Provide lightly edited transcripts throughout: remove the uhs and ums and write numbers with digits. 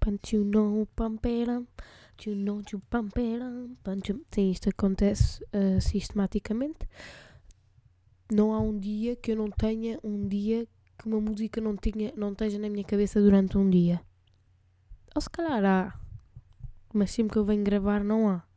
Panchuno, pamperam, tchuno, tchu, pamperam, panchum. Sim, isto acontece sistematicamente. Não há um dia que eu não tenha um dia que uma música não esteja na minha cabeça durante um dia. Ou se calhar há, mas sempre que eu venho gravar não há.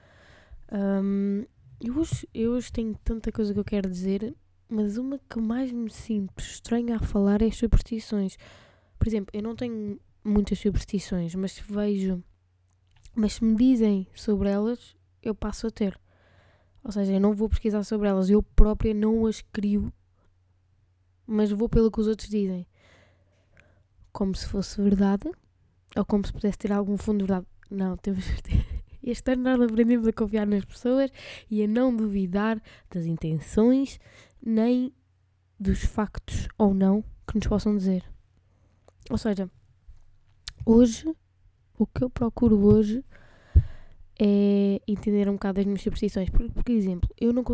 Eu hoje tenho tanta coisa que eu quero dizer, mas uma que mais me sinto estranha a falar é as superstições. Por exemplo, eu não tenho muitas superstições, mas se me dizem sobre elas, eu passo a ter. Ou seja, eu não vou pesquisar sobre elas, eu própria não as crio, mas vou pelo que os outros dizem. Como se fosse verdade, ou como se pudesse ter algum fundo de verdade. Não, temos este ano nós aprendemos a confiar nas pessoas e a não duvidar das intenções, nem dos factos ou não que nos possam dizer. Ou seja, hoje, o que eu procuro hoje é entender um bocado as minhas superstições. Por exemplo, eu não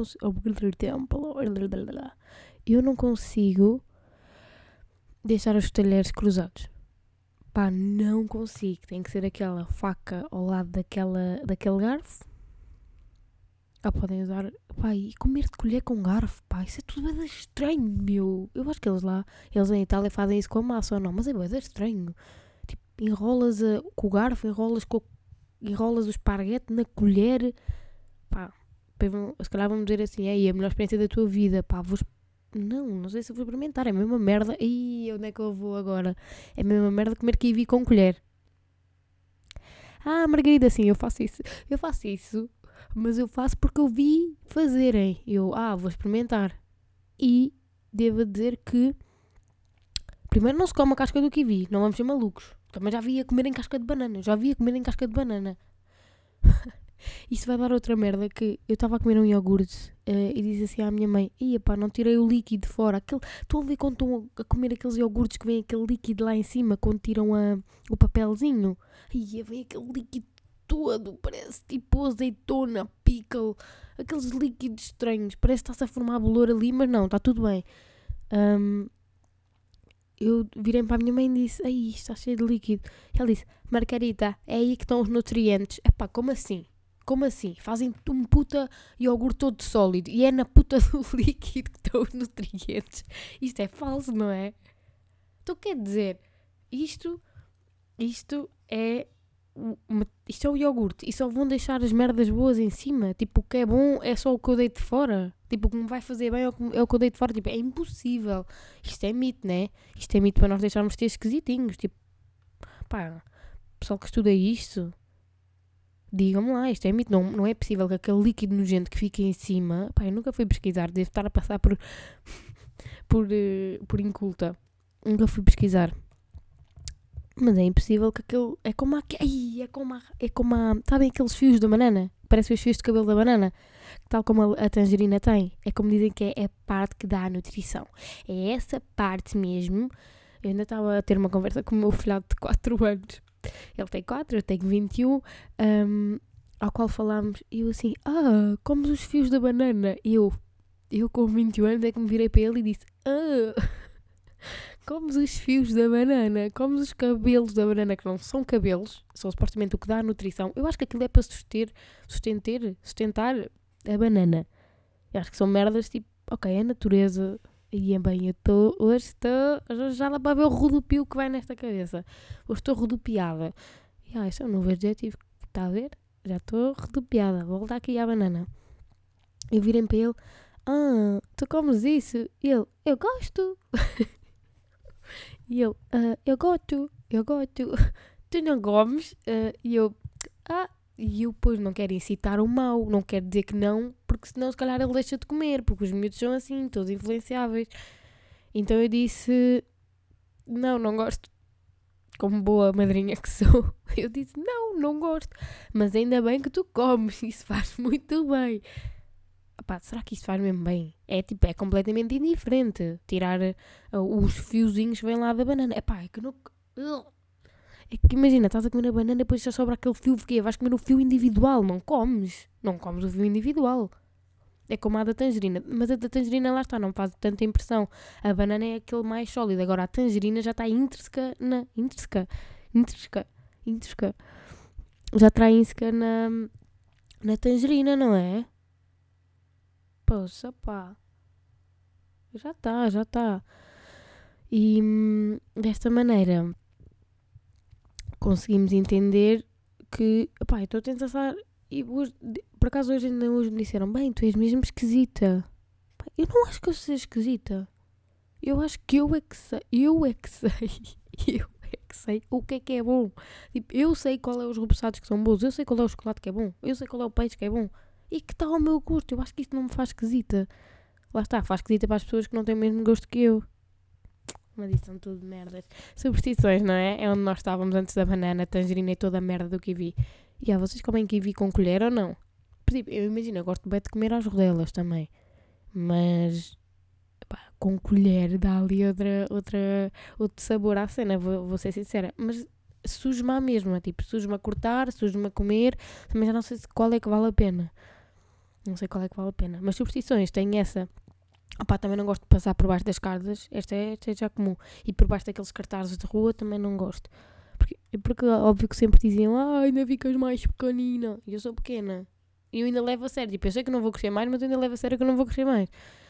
consigo deixar os talheres cruzados. Pá, não consigo. Tem que ser aquela faca ao lado daquele garfo. Podem usar... Pá, e comer de colher com garfo, pá, isso é tudo bem estranho, meu. Eu acho que eles em Itália fazem isso com a massa ou não, mas é bem estranho. Tipo, enrolas com o garfo, enrolas o esparguete na colher. Pá, se calhar vão dizer assim, é a melhor experiência da tua vida, pá, não sei se eu vou experimentar, é a mesma merda. Ih, onde é que eu vou agora? É a mesma merda comer kiwi com colher. Margarida, sim, eu faço isso, mas eu faço porque eu vi fazerem. Vou experimentar. E devo dizer que primeiro não se come a casca do kiwi, não vamos ser malucos. Também já vi a comer em casca de banana. Isso vai dar outra merda, que eu estava a comer um iogurte e disse assim à minha mãe, não tirei o líquido de fora. Estão a ver quando estão a comer aqueles iogurtes que vem aquele líquido lá em cima, quando tiram o papelzinho? Vem aquele líquido todo, parece tipo azeitona, pickle, aqueles líquidos estranhos, parece que está-se a formar bolor ali, mas não, está tudo bem. Eu virei para a minha mãe e disse, isto está cheio de líquido. E ela disse, Margarita, é aí que estão os nutrientes. Como assim? Como assim? Fazem um puta iogurte todo sólido e é na puta do líquido que estão os nutrientes. Isto é falso, não é? Então quer dizer, isto é o iogurte e só vão deixar as merdas boas em cima. Tipo, o que é bom é só o que eu deito fora. Tipo, o que me vai fazer bem é o que eu deito fora. Tipo, é impossível. Isto é mito, né? Isto é mito para nós deixarmos de ter esquisitinhos. Tipo, pá, pessoal que estuda isto, digam-me lá, isto é mito. Não é possível que aquele líquido nojento que fica em cima... Pá, eu nunca fui pesquisar. Devo estar a passar por inculta. Nunca fui pesquisar. Mas é impossível que aquele... É como a... Sabem aqueles fios da banana? Parecem os fios de cabelo da banana. Tal como a tangerina tem. É como dizem que é a parte que dá a nutrição. É essa parte mesmo. Eu ainda estava a ter uma conversa com o meu filhado de 4 anos. Ele tem 4, eu tenho 21. Ao qual falámos. E eu assim... como os fios da banana. Eu com 21 anos é que me virei para ele e disse... Comes os fios da banana, comes os cabelos da banana, que não são cabelos, são supostamente o que dá a nutrição. Eu acho que aquilo é para sustentar a banana. Eu acho que são merdas tipo, ok, a natureza. E bem, hoje já dá para ver o rodopio que vai nesta cabeça. Hoje estou rodopiada. Isso é um novo adjetivo, está a ver? Já estou rodopiada, vou voltar aqui à banana. Eu virei para ele, tu comes isso? E ele, eu gosto. E eu, eu gosto, tu não comes? E eu depois não quero incitar o mal, não quero dizer que não, porque senão se calhar ele deixa de comer, porque os miúdos são assim, todos influenciáveis. Então eu disse, não gosto, como boa madrinha que sou. Eu disse, não gosto, mas ainda bem que tu comes, isso faz muito bem. Será que isto faz mesmo bem? É completamente indiferente tirar os fiozinhos que vêm lá da banana. É que não... É que imagina, estás a comer a banana e depois já sobra aquele fio, porque vais comer o fio individual, não comes o fio individual. É como a da tangerina, mas a da tangerina lá está, não faz tanta impressão. A banana é aquele mais sólido, agora a tangerina já está intrínseca. intrusca. Já intrínseca na tangerina, não é? Poxa, pá. Já está. E desta maneira conseguimos entender que, pá, eu estou a tentar. E hoje, por acaso hoje ainda hoje me disseram, bem, tu és mesmo esquisita. Pá, eu não acho que eu seja esquisita. Eu acho que eu é que sei. Eu é que sei. Eu é que sei o que é bom. Tipo, eu sei qual é os repousados que são bons. Eu sei qual é o chocolate que é bom. Eu sei qual é o peixe que é bom. E que está ao meu gosto. Eu acho que isto não me faz esquisita. Lá está, faz esquisita para as pessoas que não têm o mesmo gosto que eu. Mas isso são tudo merdas. Superstições, não é? É onde nós estávamos antes da banana, tangerina e toda a merda do kiwi. E vocês comem kiwi com colher ou não? Por exemplo, eu imagino, eu gosto bem de comer às rodelas também. Mas pá, com colher dá ali outro sabor à cena, vou ser sincera. Mas sujo-me à mesma, tipo, sujo-me a cortar, sujo-me a comer, também já não sei qual é que vale a pena. Não sei qual é que vale a pena. Mas superstições, tem essa. Opá, também não gosto de passar por baixo das casas, esta é já comum. E por baixo daqueles cartazes de rua também não gosto. Porque óbvio que sempre diziam, ainda ficas mais pequenina. E eu sou pequena. E eu ainda levo a sério. Tipo, eu sei que não vou crescer mais, mas eu ainda levo a sério que eu não vou crescer mais.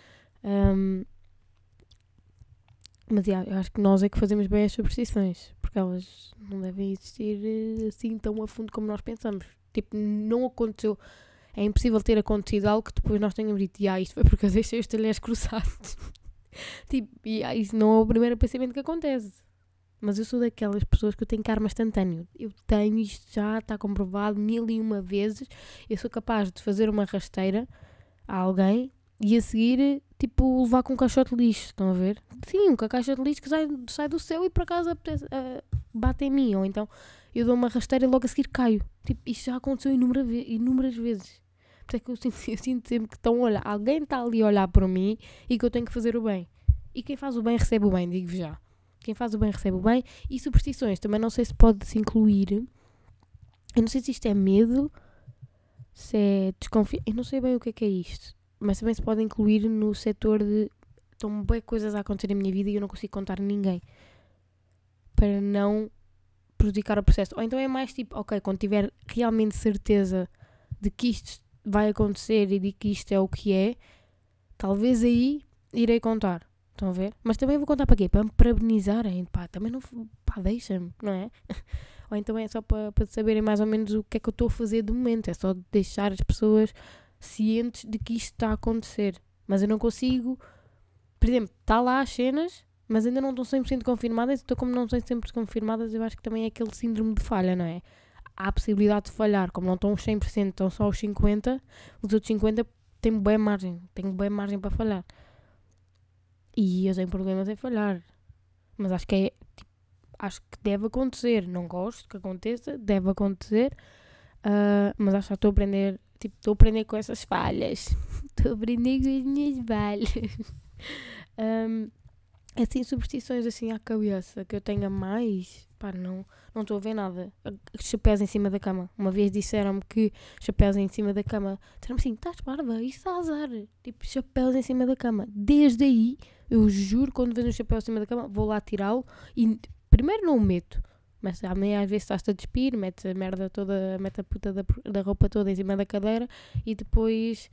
Mas eu acho que nós é que fazemos bem as superstições. Porque elas não devem existir assim tão a fundo como nós pensamos. Tipo, não aconteceu. É impossível ter acontecido algo que depois nós tenhamos dito, isto foi porque eu deixei os talheres cruzados. Tipo, isso não é o primeiro pensamento que acontece. Mas eu sou daquelas pessoas que eu tenho karma instantâneo. Eu tenho isto já, está comprovado 1001 vezes. Eu sou capaz de fazer uma rasteira a alguém e a seguir, tipo, levar com um caixote de lixo. Estão a ver? Sim, um caixa de lixo que sai do céu e por acaso bate em mim. Ou então eu dou uma rasteira e logo a seguir caio. Tipo, isto já aconteceu inúmeras vezes. Por isso é que eu sinto sempre que estão a olhar. Alguém está ali a olhar para mim e que eu tenho que fazer o bem. E quem faz o bem recebe o bem, digo-vos já. Quem faz o bem recebe o bem. E superstições, também não sei se pode-se incluir. Eu não sei se isto é medo, se é desconfiança. Eu não sei bem o que é isto. Mas também se pode incluir no setor de estão bem coisas a acontecer na minha vida e eu não consigo contar a ninguém. Para não prejudicar o processo. Ou então é mais tipo, ok, quando tiver realmente certeza de que isto vai acontecer e de que isto é o que é, talvez aí irei contar. Estão a ver? Mas também vou contar para quê? Para me parabenizarem. Pá, também não... Pá, deixa-me, não é? Ou então é só para saberem mais ou menos o que é que eu estou a fazer de momento. É só deixar as pessoas cientes de que isto está a acontecer. Mas eu não consigo... Por exemplo, está lá as cenas, mas ainda não estão 100% confirmadas. Então, como não estão sempre confirmadas, eu acho que também é aquele síndrome de falha, não é? Há a possibilidade de falhar. Como não estão os 100%, estão só os 50%, os outros 50% têm bem margem. Tenho bem margem para falhar. E eu tenho problemas em falhar. Mas acho que acho que deve acontecer. Não gosto que aconteça, deve acontecer. Mas acho que estou a aprender. Tipo, estou a aprender com essas falhas. Estou a aprender com as minhas falhas. Assim, superstições assim à cabeça que eu tenha mais. Pá, não estou a ver nada. Chapéus em cima da cama. Uma vez disseram-me que chapéus em cima da cama. Disseram-me assim, estás parva, isso está a azar. Tipo, chapéus em cima da cama. Desde aí, eu juro, quando vejo um chapéu em cima da cama, vou lá tirá-lo e primeiro não o meto. Mas amanhã às vezes estás-te a despir, metes a merda toda, metes a puta da roupa toda em cima da cadeira e depois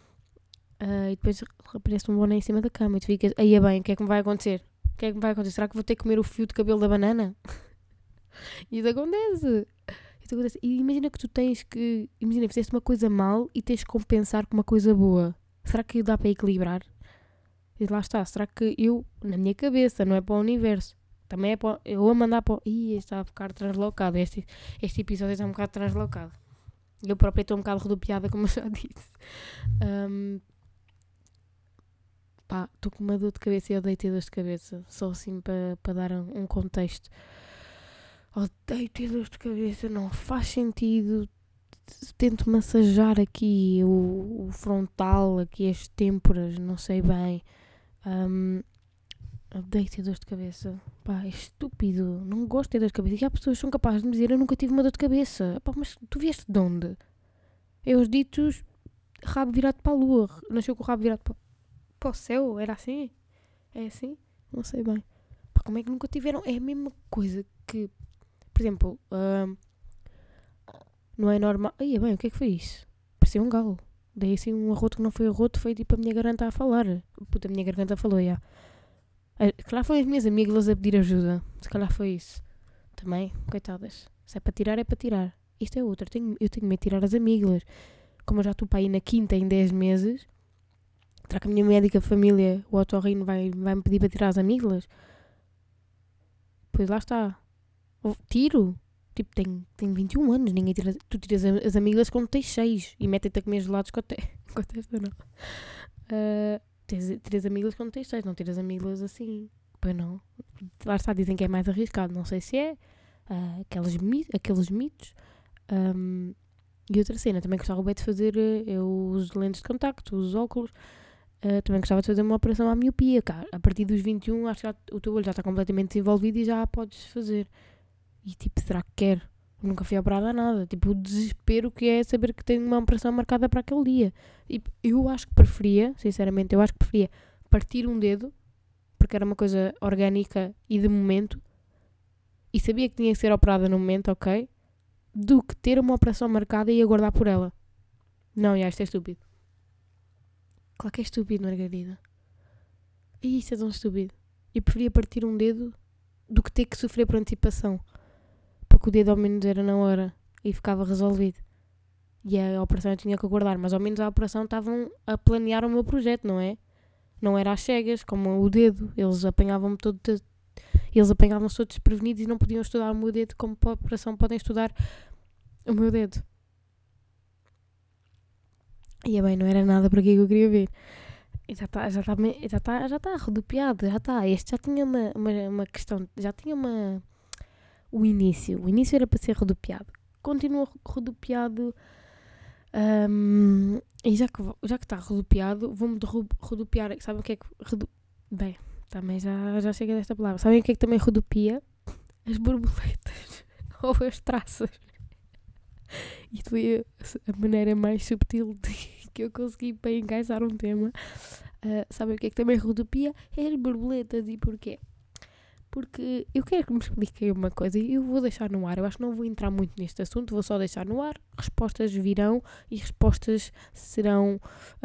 aparece um boné em cima da cama e tu ficas, aí é bem, o que é que me vai acontecer? O que é que me vai acontecer? Será que vou ter que comer o fio de cabelo da banana? Isso acontece. E imagina que tu tens que, imagina, fizeste uma coisa mal e tens que compensar com uma coisa boa. Será que dá para equilibrar? E lá está, será que eu, na minha cabeça, não é para o universo? Também é para eu a mandar para o... está a ficar translocado. Este episódio está um bocado translocado. Eu própria estou um bocado rodopiada, como eu já disse. Estou com uma dor de cabeça e odeio ter dor de cabeça. Só assim para dar um contexto. Odeio ter dor de cabeça, não faz sentido. Tento massajar aqui o frontal, aqui as têmporas, não sei bem. Odeio ter dor de cabeça. É estúpido. Não gosto de ter dor de cabeça. E há pessoas que são capazes de me dizer, eu nunca tive uma dor de cabeça. Mas tu vieste de onde? É os ditos rabo virado para a lua. Nasceu com o rabo virado para o céu? Era assim? É assim? Não sei bem. Como é que nunca tiveram? É a mesma coisa que por exemplo, não é normal... Ai, bem, o que é que foi isso? Parecia um galo. Dei assim um arroto que não foi arroto, foi tipo a minha garganta a falar. Puta, a minha garganta falou, já. Se calhar foi as minhas amigas a pedir ajuda. Se calhar foi isso. Também, coitadas. Se é para tirar, é para tirar. Isto é outra. Eu tenho medo de tirar as amígdalas. Como eu já estou para ir na quinta em 10 meses, será que a minha médica de família, o otorrino, vai-me pedir para tirar as amígdalas? Pois lá está. Tiro. Tipo, tenho 21 anos, ninguém tira... Tu tiras as amígdalas quando tens 6 e metem-te a comer gelados com a testa, não. Tiras amígdalas quando tens 6, não tiras amígdalas assim. Pois não. Lá está, dizem que é mais arriscado, não sei se é. Aqueles mitos. E outra cena, também gostava bem de fazer, eu uso lentes de contacto, uso óculos. Também gostava de fazer uma operação à miopia, cara. A partir dos 21, acho que o teu olho já está completamente desenvolvido e já a podes fazer. E tipo, será que quero? Eu nunca fui operada a nada. Tipo, o desespero que é saber que tenho uma operação marcada para aquele dia. Tipo, eu acho que preferia, sinceramente, partir um dedo, porque era uma coisa orgânica e de momento, e sabia que tinha que ser operada no momento, ok? Do que ter uma operação marcada e aguardar por ela. Não, isto é estúpido. Claro que é estúpido, Margarida. E isso é tão estúpido. Eu preferia partir um dedo do que ter que sofrer por antecipação. Porque o dedo ao menos era na hora e ficava resolvido. E a operação eu tinha que aguardar. Mas ao menos a operação estavam a planear o meu projeto, não é? Não era às cegas, como o dedo. Eles apanhavam-se todos desprevenidos e não podiam estudar o meu dedo como para a operação podem estudar o meu dedo. E é bem, não era nada para aquilo que eu queria ver. E já está rodopiado, já está. Este já tinha uma questão, já tinha o início. O início era para ser rodopiado. Continua rodopiado. E já que está rodopiado, vou-me rodopiar. Sabem o que é que... Bem, também já chega desta palavra. Sabem o que é que também rodopia? As borboletas. Ou as traças. Isto foi a maneira mais subtil que eu consegui para encaixar um tema. Sabem o que é que também rodopia? É as borboletas. E porquê? Porque eu quero que me expliquem uma coisa e eu vou deixar no ar. Eu acho que não vou entrar muito neste assunto, vou só deixar no ar. Respostas virão e respostas serão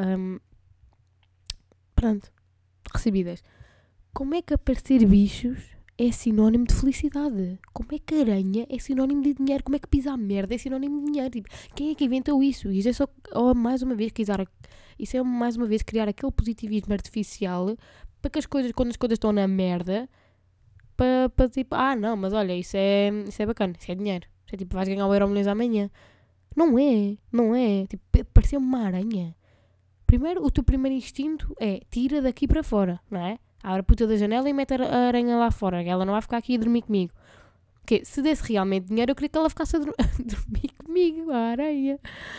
recebidas. Como é que aparecer bichos é sinónimo de felicidade? Como é que aranha é sinónimo de dinheiro? Como é que pisar merda é sinónimo de dinheiro? Tipo, quem é que inventou isso? Isso é só, mais uma vez, criar aquele positivismo artificial para que quando as coisas estão na merda, para tipo, não, mas olha, isso é bacana, isso é dinheiro. Isso é tipo, vais ganhar o Euromilhões amanhã. Não é. Tipo, pareceu-me uma aranha. Primeiro, o teu primeiro instinto é, tira daqui para fora, não é? Abre a puta da janela e mete a aranha lá fora. Ela não vai ficar aqui a dormir comigo. Porque se desse realmente dinheiro, eu queria que ela ficasse a dormir comigo, a aranha.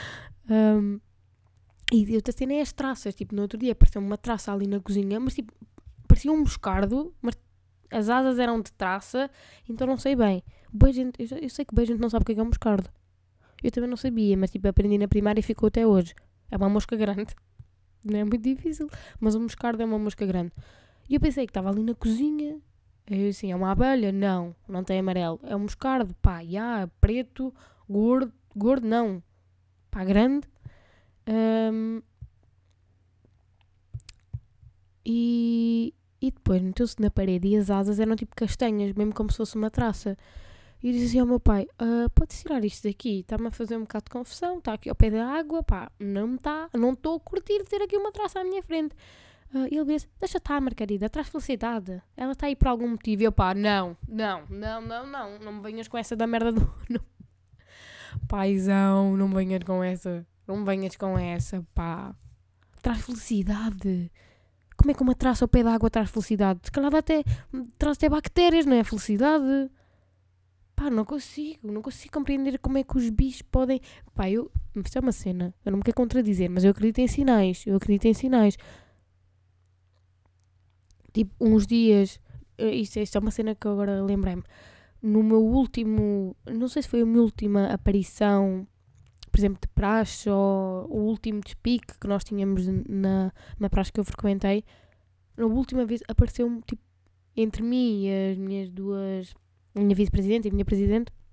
E outra cena é as traças. Tipo, no outro dia apareceu uma traça ali na cozinha, mas tipo, parecia um moscardo, mas as asas eram de traça, então não sei bem. Eu sei que bem gente não sabe o que é um moscardo. Eu também não sabia, mas tipo, aprendi na primária e ficou até hoje. É uma mosca grande. Não é muito difícil, mas o moscardo é uma mosca grande. E eu pensei que estava ali na cozinha. Eu assim, é uma abelha? Não tem amarelo. É um moscardo, pá, preto, gordo não. Pá, grande. E depois meteu-se na parede e as asas eram tipo castanhas, mesmo como se fosse uma traça. E eu disse assim ao meu pai, pode tirar isto daqui? Está-me a fazer um bocado de confusão, está aqui ao pé da água, pá, não estou a curtir ter aqui uma traça à minha frente. E ele disse, deixa estar, Margarida, traz felicidade. Ela está aí por algum motivo. E eu, pá, não me venhas com essa da merda do... Paizão, não me venhas com essa, pá. Traz felicidade. Como é que uma traça ao pé da água traz felicidade? Se calhar traz até bactérias, não é felicidade? Pá, não consigo compreender como é que os bichos podem... Pá, isto é uma cena, eu não me quero contradizer, mas eu acredito em sinais. Tipo, uns dias... Isto é uma cena que eu agora lembrei-me. No meu último... Não sei se foi a minha última aparição, por exemplo, de praxe, ou o último despique que nós tínhamos na praxe que eu frequentei. Na última vez apareceu-me, tipo, entre mim e as minhas duas... A minha vice-presidente e a minha presidente,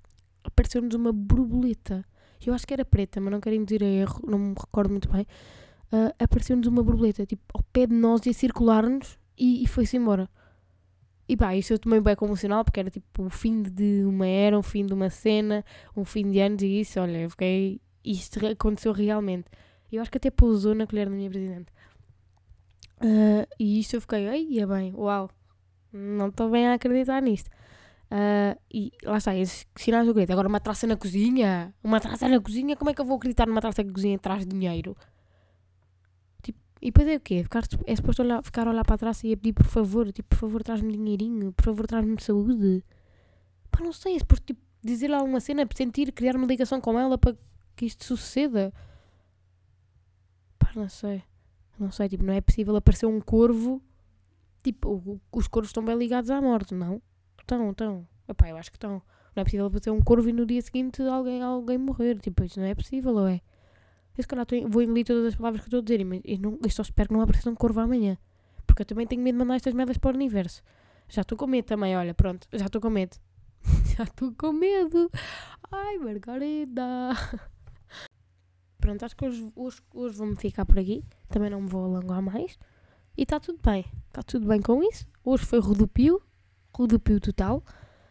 apareceu-nos uma borboleta. Eu acho que era preta, mas não quero induzir a erro, não me recordo muito bem. Apareceu-nos uma borboleta, tipo, ao pé de nós e a circular-nos e foi-se embora. E pá, isso eu tomei bem convencional, porque era tipo o fim de uma era, um fim de uma cena, um fim de anos e isso, olha, eu fiquei... Isto aconteceu realmente. Eu acho que até pousou na colher da minha presidente. E isto eu fiquei, ai, é bem, uau, não estou bem a acreditar nisto. E lá está, esses sinais eu acredito. Agora uma traça na cozinha, como é que eu vou acreditar numa traça na cozinha atrás de dinheiro? Tipo, e depois é o quê? É suposto ficar a olhar para trás e a pedir por favor traz-me dinheirinho, por favor traz-me saúde. Pá, não sei, é suposto tipo, dizer-lhe alguma cena, sentir, criar uma ligação com ela para que isto suceda. Pá, não sei, tipo, não é possível aparecer um corvo, tipo, os corvos estão bem ligados à morte, não? Estão. Epá, eu acho que estão. Não é possível aparecer um corvo e no dia seguinte alguém morrer, tipo, isso não é possível, ou é? Eu se calhar vou engolir todas as palavras que eu estou a dizer, mas eu só espero que não apareça um corvo amanhã, porque eu também tenho medo de mandar estas merdas para o universo. Já estou com medo também, olha, pronto, já estou com medo. Já estou com medo. Ai, Margarida. Pronto, acho que hoje vou-me ficar por aqui. Também não me vou alongar mais. E está tudo bem. Está tudo bem com isso. Hoje foi rodopio total.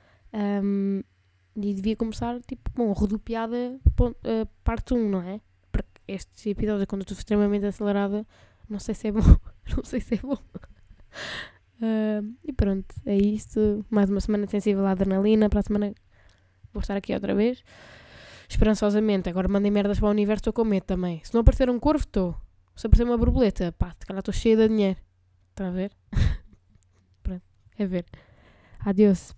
E devia começar, tipo, bom, rodopiada parte 1, não é? Porque estes episódios, quando eu estou extremamente acelerada, não sei se é bom. Não sei se é bom. E pronto, é isto. Mais uma semana sensível à adrenalina. Para a semana vou estar aqui outra vez. Esperançosamente. Agora mandem merdas para o universo, estou com medo também. Se não aparecer um corvo, estou. Se aparecer uma borboleta, pá, se calhar estou cheia de dinheiro. Está a ver? Pronto, é ver. Adeus.